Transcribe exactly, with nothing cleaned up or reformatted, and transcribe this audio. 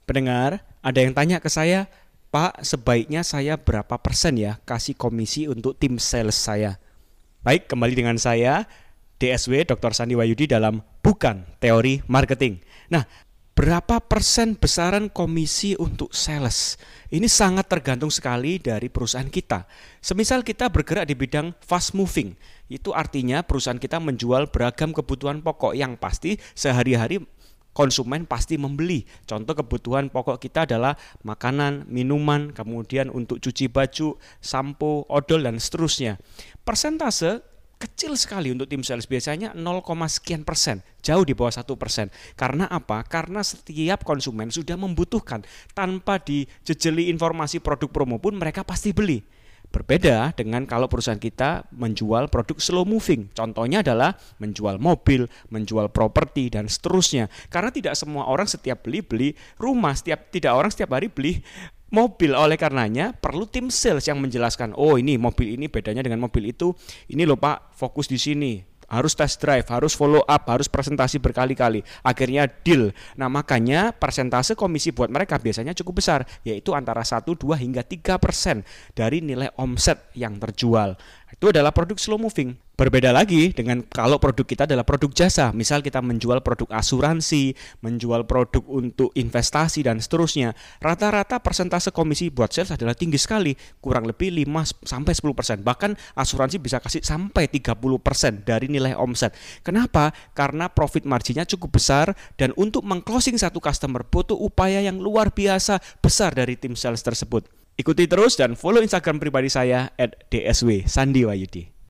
Pendengar, ada yang tanya ke saya, Pak, sebaiknya saya berapa persen ya kasih komisi untuk tim sales saya? Baik, kembali dengan saya, D S W doktor Sandi Wahyudi dalam Bukan Teori Marketing. Nah, berapa persen besaran komisi untuk sales? Ini sangat tergantung sekali dari perusahaan kita. Semisal kita bergerak di bidang fast moving, itu artinya perusahaan kita menjual beragam kebutuhan pokok yang pasti sehari-hari konsumen pasti membeli. Contoh kebutuhan pokok kita adalah makanan, minuman, kemudian untuk cuci baju, sampo, odol, dan seterusnya. Persentase kecil sekali untuk tim sales, biasanya nol, sekian persen, jauh di bawah satu persen. Karena apa? Karena setiap konsumen sudah membutuhkan, tanpa dijejeli informasi produk promo pun mereka pasti beli. Berbeda dengan kalau perusahaan kita menjual produk slow moving. Contohnya adalah menjual mobil, menjual properti, dan seterusnya. Karena tidak semua orang setiap beli, beli rumah. Setiap Tidak orang setiap hari beli mobil. Oleh karenanya perlu tim sales yang menjelaskan, oh ini mobil ini bedanya dengan mobil itu. Ini loh Pak, fokus di sini. Harus test drive, harus follow up, harus presentasi berkali-kali. Akhirnya deal. Nah makanya persentase komisi buat mereka biasanya cukup besar, yaitu antara satu, dua, hingga tiga persen dari nilai omset yang terjual. Itu adalah produk slow moving. Berbeda lagi dengan kalau produk kita adalah produk jasa. Misal kita menjual produk asuransi, menjual produk untuk investasi, dan seterusnya. Rata-rata persentase komisi buat sales adalah tinggi sekali, kurang lebih lima sampai sepuluh persen. Bahkan asuransi bisa kasih sampai tiga puluh persen dari nilai omset. Kenapa? Karena profit marginnya cukup besar, dan untuk mengclosing satu customer butuh upaya yang luar biasa besar dari tim sales tersebut. Ikuti terus dan follow Instagram pribadi saya et d s w sandi wahyudi.